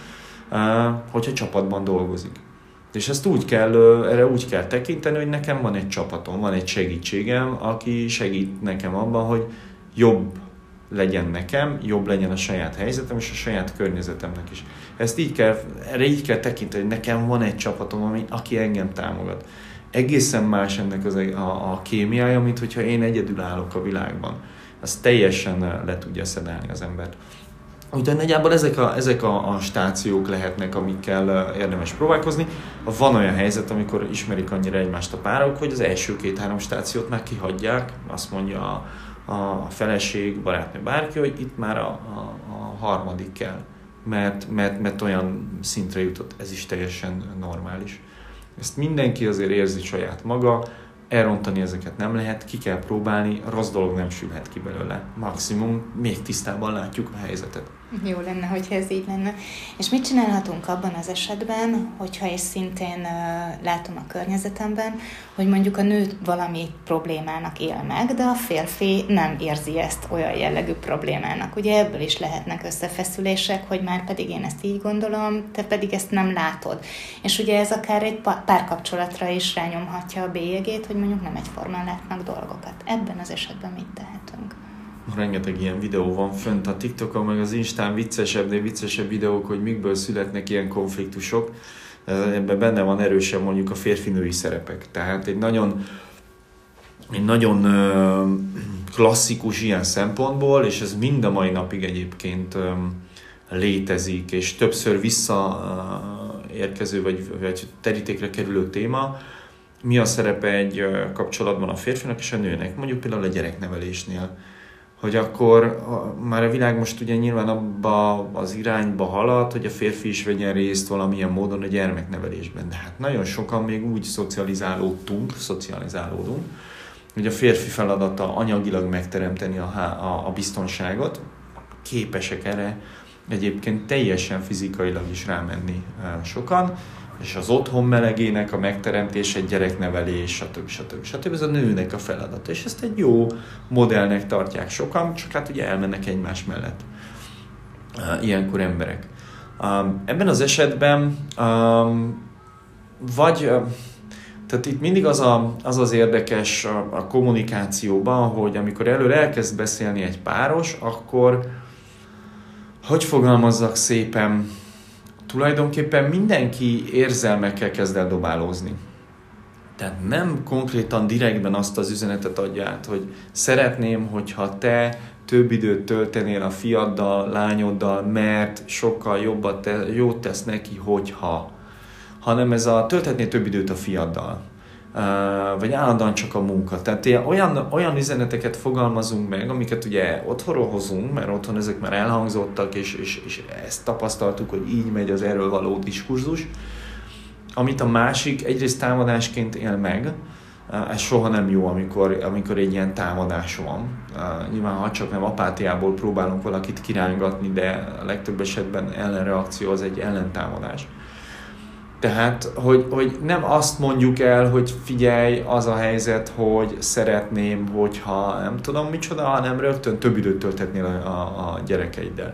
hogyha csapatban dolgozik. És ezt úgy kell, erre úgy kell tekinteni, hogy nekem van egy csapatom, van egy segítségem, aki segít nekem abban, hogy jobb legyen nekem, jobb legyen a saját helyzetem és a saját környezetemnek is. Ezt így kell, erre így kell tekinteni, hogy nekem van egy csapatom, ami, aki engem támogat. Egészen más ennek az, a, a kémiája, mint hogyha én egyedül állok a világban. Az teljesen le tudja szedálni az embert. Úgyhogy nagyjából ezek a, ezek a, a stációk lehetnek, amikkel érdemes próbálkozni. Van olyan helyzet, amikor ismerik annyira egymást a párok, hogy az első két-három stációt már kihagyják, azt mondja a, a feleség, barátnő, bárki, hogy itt már a, a, a harmadik kell, mert, mert, mert olyan szintre jutott, ez is teljesen normális. Ezt mindenki azért érzi saját maga, elrontani ezeket nem lehet, ki kell próbálni, rossz dolog nem sülhet ki belőle. Maximum még tisztában látjuk a helyzetet. Jó lenne, hogyha ez így lenne. És mit csinálhatunk abban az esetben, hogyha és szintén uh, látom a környezetemben, hogy mondjuk a nő valami problémának él meg, de a férfi nem érzi ezt olyan jellegű problémának. Ugye ebből is lehetnek összefeszülések, hogy már pedig én ezt így gondolom, te pedig ezt nem látod. És ugye ez akár egy párkapcsolatra is rányomhatja a bélyegét, hogy mondjuk nem egyformán látnak dolgokat. Ebben az esetben mit tehetünk? Rengeteg ilyen videó van fönt a TikTokon, meg az Instán viccesebb, de viccesebb videók, hogy mikből születnek ilyen konfliktusok. Ebben benne van erősen mondjuk a férfi-női szerepek. Tehát egy nagyon, egy nagyon klasszikus ilyen szempontból, és ez mind a mai napig egyébként létezik, és többször visszaérkező, vagy, vagy terítékre kerülő téma. Mi a szerepe egy kapcsolatban a férfinak és a nőnek? Mondjuk például a gyereknevelésnél. Hogy akkor már a világ most ugye nyilván abba az irányba halad, hogy a férfi is vegyen részt valamilyen módon a gyermeknevelésben. De hát nagyon sokan még úgy szocializálódtunk, szocializálódunk, hogy a férfi feladata anyagilag megteremteni a, a, a biztonságot, képesek erre egyébként teljesen fizikailag is rámenni sokan, és az otthon melegének a megteremtése, gyereknevelés, stb. stb. stb. Ez a nőnek a feladata, és ezt egy jó modellnek tartják sokan, csak hát ugye elmennek egymás mellett ilyenkor emberek. Ebben az esetben vagy, tehát itt mindig az a, az, az érdekes a, a kommunikációban, hogy amikor előre elkezd beszélni egy páros, akkor hogy fogalmazzak szépen, tulajdonképpen mindenki érzelmekkel kezd el dobálózni. Tehát nem konkrétan direktben azt az üzenetet adja át, hogy szeretném, hogyha te több időt töltenél a fiaddal, lányoddal, mert sokkal jobbat te, jót tesz neki, hogyha. Hanem ez a tölthetnél több időt a fiaddal. Vagy állandóan csak a munka. Tehát olyan, olyan üzeneteket fogalmazunk meg, amiket ugye otthonról hozunk, mert otthon ezek már elhangzottak, és, és, és ezt tapasztaltuk, hogy így megy az erről való diskurzus, amit a másik egyrészt támadásként él meg. Ez soha nem jó, amikor, amikor egy ilyen támadás van. Nyilván, ha csak nem apátiából próbálunk valakit kirángatni, de a legtöbb esetben ellenreakció az egy ellentámadás. Tehát, hogy, hogy nem azt mondjuk el, hogy figyelj, az a helyzet, hogy szeretném, hogyha nem tudom micsoda, hanem rögtön több időt töltetnél a, a, a gyerekeiddel.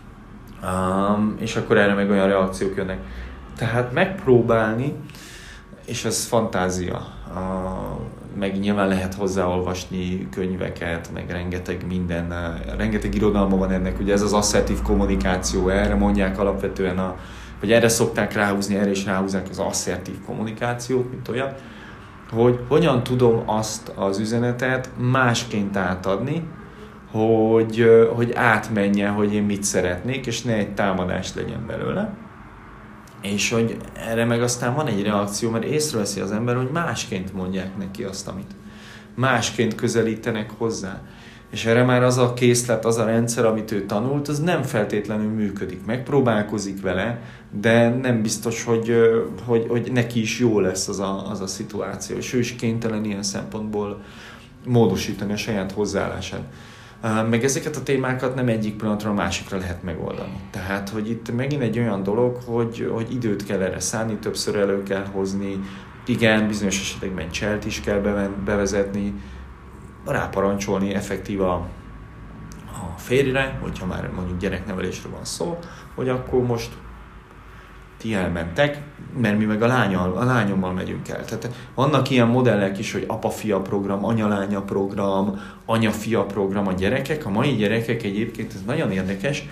Um, és akkor erre meg olyan reakciók jönnek. Tehát megpróbálni, és ez fantázia, uh, meg nyilván lehet hozzáolvasni könyveket, meg rengeteg minden, uh, rengeteg irodalma van ennek, ugye ez az asszertív kommunikáció, erre mondják alapvetően, a, vagy erre szokták ráhúzni, erre is ráhúzzák az asszertív kommunikációt, mint olyan, hogy hogyan tudom azt az üzenetet másként átadni, hogy, hogy átmenjen, hogy én mit szeretnék, és ne egy támadás legyen belőle. És hogy erre meg aztán van egy reakció, mert észreveszi az ember, hogy másként mondják neki azt, amit. Másként közelítenek hozzá. És erre már az a készlet, az a rendszer, amit ő tanult, az nem feltétlenül működik. Megpróbálkozik vele, de nem biztos, hogy, hogy, hogy neki is jó lesz az a, az a szituáció. És ő is kénytelen ilyen szempontból módosítani a saját hozzáállását. Meg ezeket a témákat nem egyik pillanatra a másikra lehet megoldani. Tehát, hogy itt megint egy olyan dolog, hogy, hogy időt kell erre szállni, többször elő kell hozni, igen, bizonyos esetekben cselt is kell bevezetni, ráparancsolni effektív a, a férjre, hogyha már mondjuk gyereknevelésről van szó, hogy akkor most ti elmentek, mert mi meg a, lányal, a lányommal megyünk el. Tehát vannak ilyen modellek is, hogy apa-fia program, anya-lánya program, anya-fia program a gyerekek. A mai gyerekek egyébként, ez nagyon érdekes,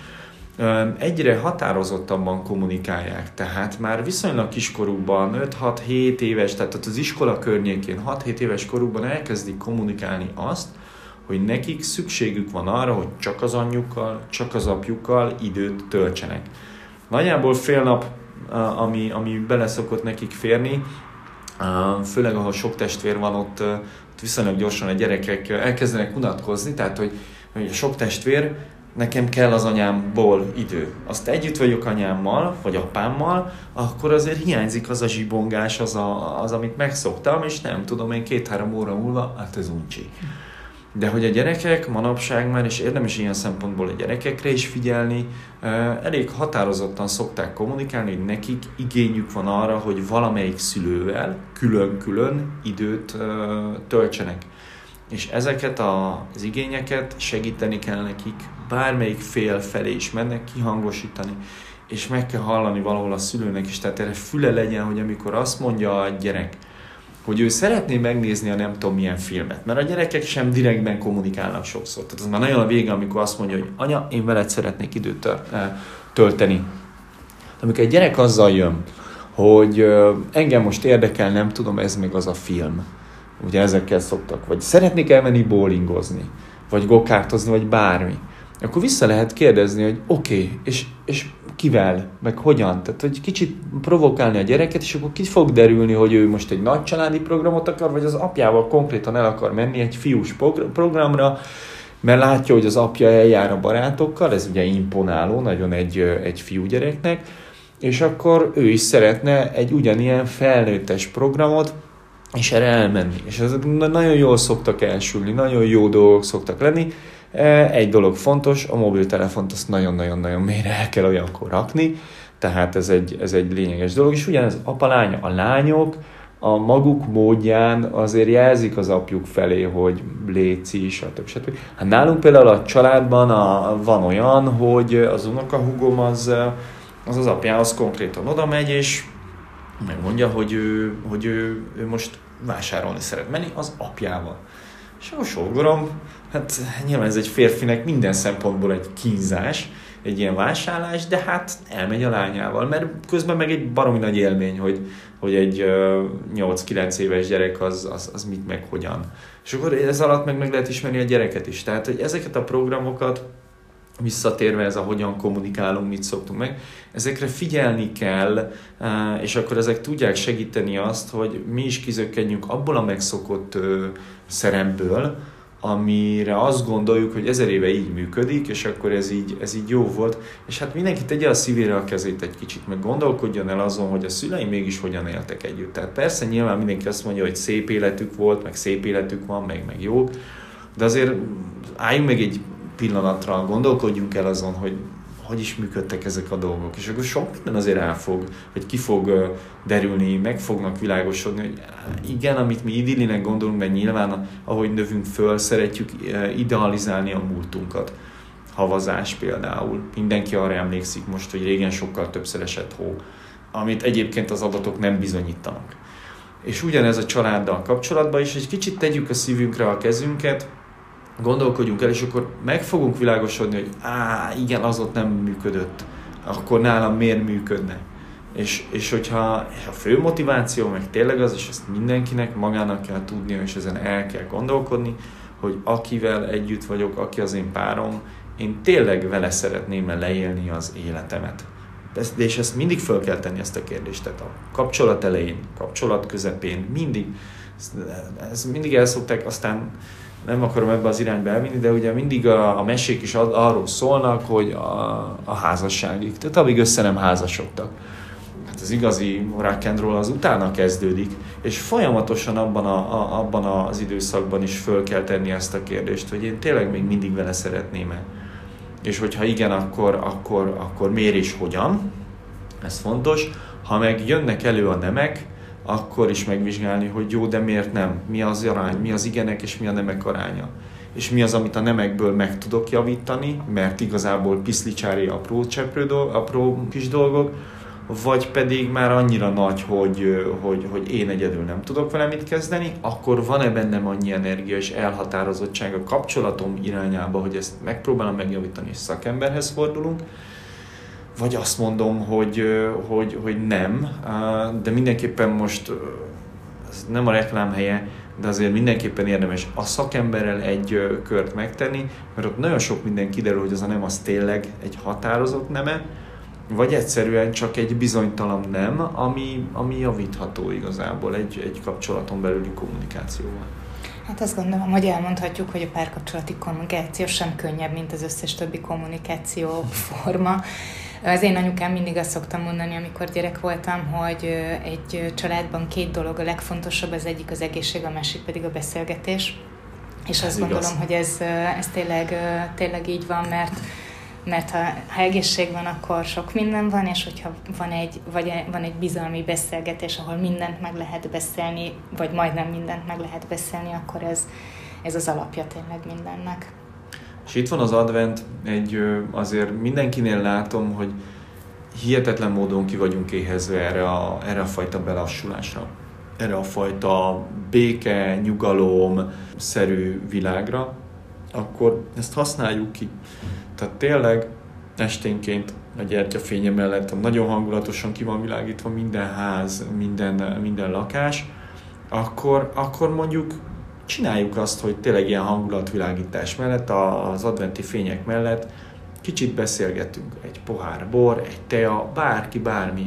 egyre határozottabban kommunikálják. Tehát már viszonylag kiskorukban, öt-hat-hét éves, tehát az iskola környékén hat-hét éves korukban elkezdik kommunikálni azt, hogy nekik szükségük van arra, hogy csak az anyjukkal, csak az apjukkal időt töltsenek. Nagyjából fél nap, ami, ami bele szokott nekik férni, főleg ahol sok testvér van, ott viszonylag gyorsan a gyerekek elkezdenek unatkozni, tehát hogy, hogy sok testvér, nekem kell az anyámból idő. Azt együtt vagyok anyámmal, vagy apámmal, akkor azért hiányzik az a zsibongás, az, a, az amit megszoktam, és nem tudom, én két-három óra múlva, hát ez uncsi. De hogy a gyerekek manapság már, és érdemes ilyen szempontból a gyerekekre is figyelni, elég határozottan szokták kommunikálni, hogy nekik igényük van arra, hogy valamelyik szülővel külön-külön időt töltsenek. És ezeket az igényeket segíteni kell nekik, bármelyik fél felé is mennek kihangosítani, és meg kell hallani valahol a szülőnek is, tehát erre füle legyen, hogy amikor azt mondja a gyerek, hogy ő szeretné megnézni a nem tudom milyen filmet, mert a gyerekek sem direktben kommunikálnak sokszor. Tehát az már nagyon a vége, amikor azt mondja, hogy anya, én veled szeretnék időt tölteni. Amikor egy gyerek azzal jön, hogy engem most érdekel, nem tudom, ez meg az a film. Ugye ezekkel szoktak, vagy szeretnék elmenni bowlingozni, vagy gokártozni, vagy bármi. Akkor vissza lehet kérdezni, hogy oké, okay, és, és kivel, meg hogyan. Tehát, hogy kicsit provokálni a gyereket, és akkor ki fog derülni, hogy ő most egy nagy családi programot akar, vagy az apjával konkrétan el akar menni egy fiús programra, mert látja, hogy az apja eljár a barátokkal, ez ugye imponáló, nagyon egy, egy fiúgyereknek, és akkor ő is szeretne egy ugyanilyen felnőttes programot, és erre elmenni. És ezek nagyon jól szoktak elsülni, nagyon jó dolgok szoktak lenni. Egy dolog fontos, a mobiltelefont azt nagyon-nagyon-nagyon mélyre el kell olyankor rakni, tehát ez egy, ez egy lényeges dolog. És ugyanez apa-lánya, a lányok a maguk módján azért jelzik az apjuk felé, hogy léci, stb. stb. Hát nálunk például a családban a, van olyan, hogy az unokahúgom az, az az apjához konkrétan oda megy, és megmondja, hogy ő, hogy ő, ő most vásárolni szeret menni az apjával. És a sógorom, hát nyilván ez egy férfinek minden szempontból egy kínzás, egy ilyen vásárlás, de hát elmegy a lányával, mert közben meg egy baromi nagy élmény, hogy, hogy egy nyolc-kilenc éves gyerek az, az, az mit meg hogyan. És akkor ez alatt meg, meg lehet ismerni a gyereket is. Tehát, hogy ezeket a programokat visszatérve ez a hogyan kommunikálunk, mit szoktunk meg, ezekre figyelni kell, és akkor ezek tudják segíteni azt, hogy mi is kizökkenjünk abból a megszokott szerepből, amire azt gondoljuk, hogy ezer éve így működik, és akkor ez így, ez így jó volt. És hát mindenki tegye a szívére a kezét egy kicsit, meg gondolkodjon el azon, hogy a szüleim mégis hogyan éltek együtt. Tehát persze nyilván mindenki azt mondja, hogy szép életük volt, meg szép életük van, meg, meg jó, de azért álljunk meg egy pillanatra, gondolkodjunk el azon, hogy hogy is működtek ezek a dolgok. És akkor sok minden azért el fog, vagy ki fog derülni, meg fognak világosodni, hogy igen, amit mi idillinek gondolunk, mert nyilván, ahogy növünk föl, szeretjük idealizálni a múltunkat. Havazás például. Mindenki arra emlékszik most, hogy régen sokkal többször esett hó, amit egyébként az adatok nem bizonyítanak. És ugyanez a családdal kapcsolatban is, egy kicsit tegyük a szívünkre a kezünket, gondolkodjunk el, és akkor meg fogunk világosodni, hogy á, igen, az ott nem működött, akkor nálam miért működne. És, és hogyha a fő motiváció meg tényleg az, és ezt mindenkinek magának kell tudnia, és ezen el kell gondolkodni, hogy akivel együtt vagyok, aki az én párom, én tényleg vele szeretném leélni az életemet. De és ezt mindig föl kell tenni, ezt a kérdést. Tehát a kapcsolat elején, kapcsolat közepén, mindig, ez mindig elszokták, aztán nem akarom ebbe az irányba elvinni, de ugye mindig a, a mesék is arról szólnak, hogy a, a házasságig, tehát amíg össze nem házasodtak. Hát az igazi rock and roll az utána kezdődik, és folyamatosan abban, a, a, abban az időszakban is föl kell tenni ezt a kérdést, hogy én tényleg még mindig vele szeretném-e. És hogyha igen, akkor, akkor, akkor miért és hogyan, ez fontos. Ha meg jönnek elő a nemek, akkor is megvizsgálni, hogy jó, de miért nem? Mi az arány, mi az igenek és mi a nemek aránya? És mi az, amit a nemekből meg tudok javítani, mert igazából piszlicsári apró cseprő dolgok, apró kis dolgok, vagy pedig már annyira nagy, hogy, hogy, hogy én egyedül nem tudok vele mit kezdeni, akkor van-e bennem annyi energia és elhatározottság a kapcsolatom irányába, hogy ezt megpróbálom megjavítani, és szakemberhez fordulunk, vagy azt mondom, hogy, hogy, hogy nem, de mindenképpen most ez nem a reklám helye, de azért mindenképpen érdemes a szakemberrel egy kört megtenni, mert ott nagyon sok minden kiderül, hogy az a nem az tényleg egy határozott neme, vagy egyszerűen csak egy bizonytalan nem, ami, ami javítható igazából egy, egy kapcsolaton belüli kommunikációval. Hát azt gondolom, hogy elmondhatjuk, hogy a párkapcsolati kommunikáció sem könnyebb, mint az összes többi kommunikáció forma. Az én anyukám mindig azt szoktam mondani, amikor gyerek voltam, hogy egy családban két dolog a legfontosabb, az egyik az egészség, a másik pedig a beszélgetés. És ez azt igaz. Gondolom, hogy ez, ez tényleg, tényleg így van, mert mert ha, ha egészség van, akkor sok minden van, és hogyha van egy, vagy van egy bizalmi beszélgetés, ahol mindent meg lehet beszélni, vagy majdnem mindent meg lehet beszélni, akkor ez, ez az alapja tényleg mindennek. És itt van az advent, egy, azért mindenkinél látom, hogy hihetetlen módon ki vagyunk éhezve erre a, erre a fajta belassulásra. Erre a fajta béke, nyugalom-szerű világra, akkor ezt használjuk ki. Tehát tényleg esténként a gyertyafénye mellett nagyon hangulatosan ki van világítva minden ház, minden, minden lakás, akkor, akkor mondjuk csináljuk azt, hogy tényleg ilyen hangulatvilágítás mellett, az adventi fények mellett kicsit beszélgetünk. Egy pohár bor, egy tea, bárki, bármi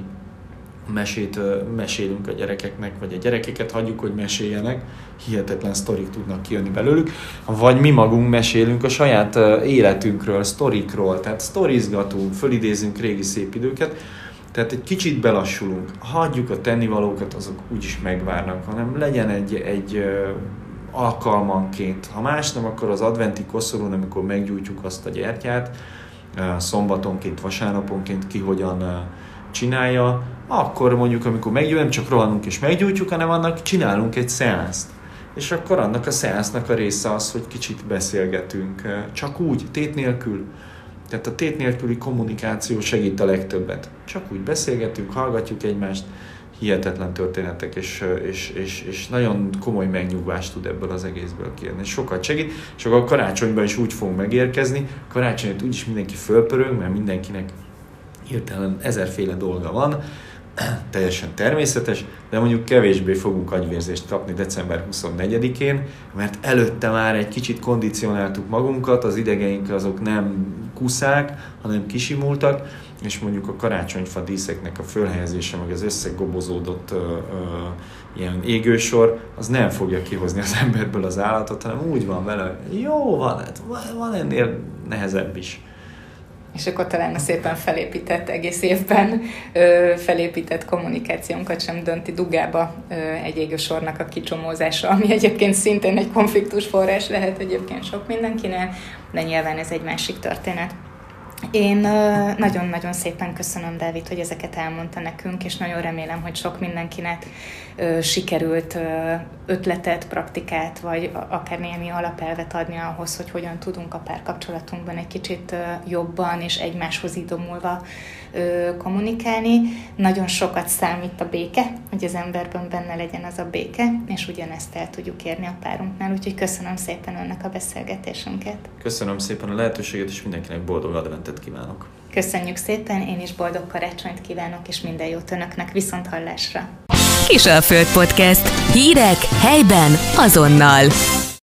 mesét mesélünk a gyerekeknek, vagy a gyerekeket hagyjuk, hogy meséljenek, hihetetlen sztorik tudnak kijönni belőlük, vagy mi magunk mesélünk a saját életünkről, sztorikról, tehát sztorizgatunk, fölidézünk régi szép időket, tehát egy kicsit belassulunk, hagyjuk a tennivalókat, azok úgyis megvárnak, hanem legyen egy, egy alkalmanként, ha más nem, akkor az adventi koszorún, amikor meggyújtjuk azt a gyertyát, szombatonként, vasárnaponként ki hogyan csinálja, akkor mondjuk, amikor megjön, nem csak rohanunk és meggyújtjuk, hanem annak csinálunk egy szeánszt. És akkor annak a szeánsznak a része az, hogy kicsit beszélgetünk, csak úgy, tét nélkül. Tehát a tét nélküli kommunikáció segít a legtöbbet. Csak úgy beszélgetünk, hallgatjuk egymást, hihetetlen történetek, és, és, és, és nagyon komoly megnyugvást tud ebből az egészből kijönni. Sokat segít, és akkor a karácsonyban is úgy fogunk megérkezni, karácsonyat úgyis mindenki fölpörög, mert mindenkinek hirtelen ezerféle dolga van, teljesen természetes, de mondjuk kevésbé fogunk agyvérzést kapni december huszonnegyedikén, mert előtte már egy kicsit kondicionáltuk magunkat, az idegeink azok nem kuszák, hanem kisimultak, és mondjuk a karácsonyfa díszeknek a fölhelyezése, meg az összegobozódott ö, ö, ilyen égősor, az nem fogja kihozni az emberből az állatot, hanem úgy van vele, jó van, hát van ennél nehezebb is. És akkor talán a szépen felépített, egész évben ö, felépített kommunikációnkat sem dönti dugába ö, egy égősornak a kicsomózása, ami egyébként szintén egy konfliktus forrás lehet egyébként sok mindenkinél, de nyilván ez egy másik történet. Én nagyon-nagyon szépen köszönöm, Dávid, hogy ezeket elmondta nekünk, és nagyon remélem, hogy sok mindenkinek sikerült ötletet, praktikát, vagy akár némi alapelvet adni ahhoz, hogy hogyan tudunk a párkapcsolatunkban egy kicsit jobban és egymáshoz idomulva kommunikálni. Nagyon sokat számít a béke, hogy az emberben benne legyen az a béke, és ugyanezt el tudjuk érni a párunknál. Úgyhogy köszönöm szépen önnek a beszélgetésünket. Köszönöm szépen a lehetőséget, és mindenkinek boldog adventet kívánok. Köszönjük szépen, én is boldog karácsonyt kívánok, és minden jót önöknek. Viszont hallásra! Kisalföld Podcast. Hírek helyben azonnal.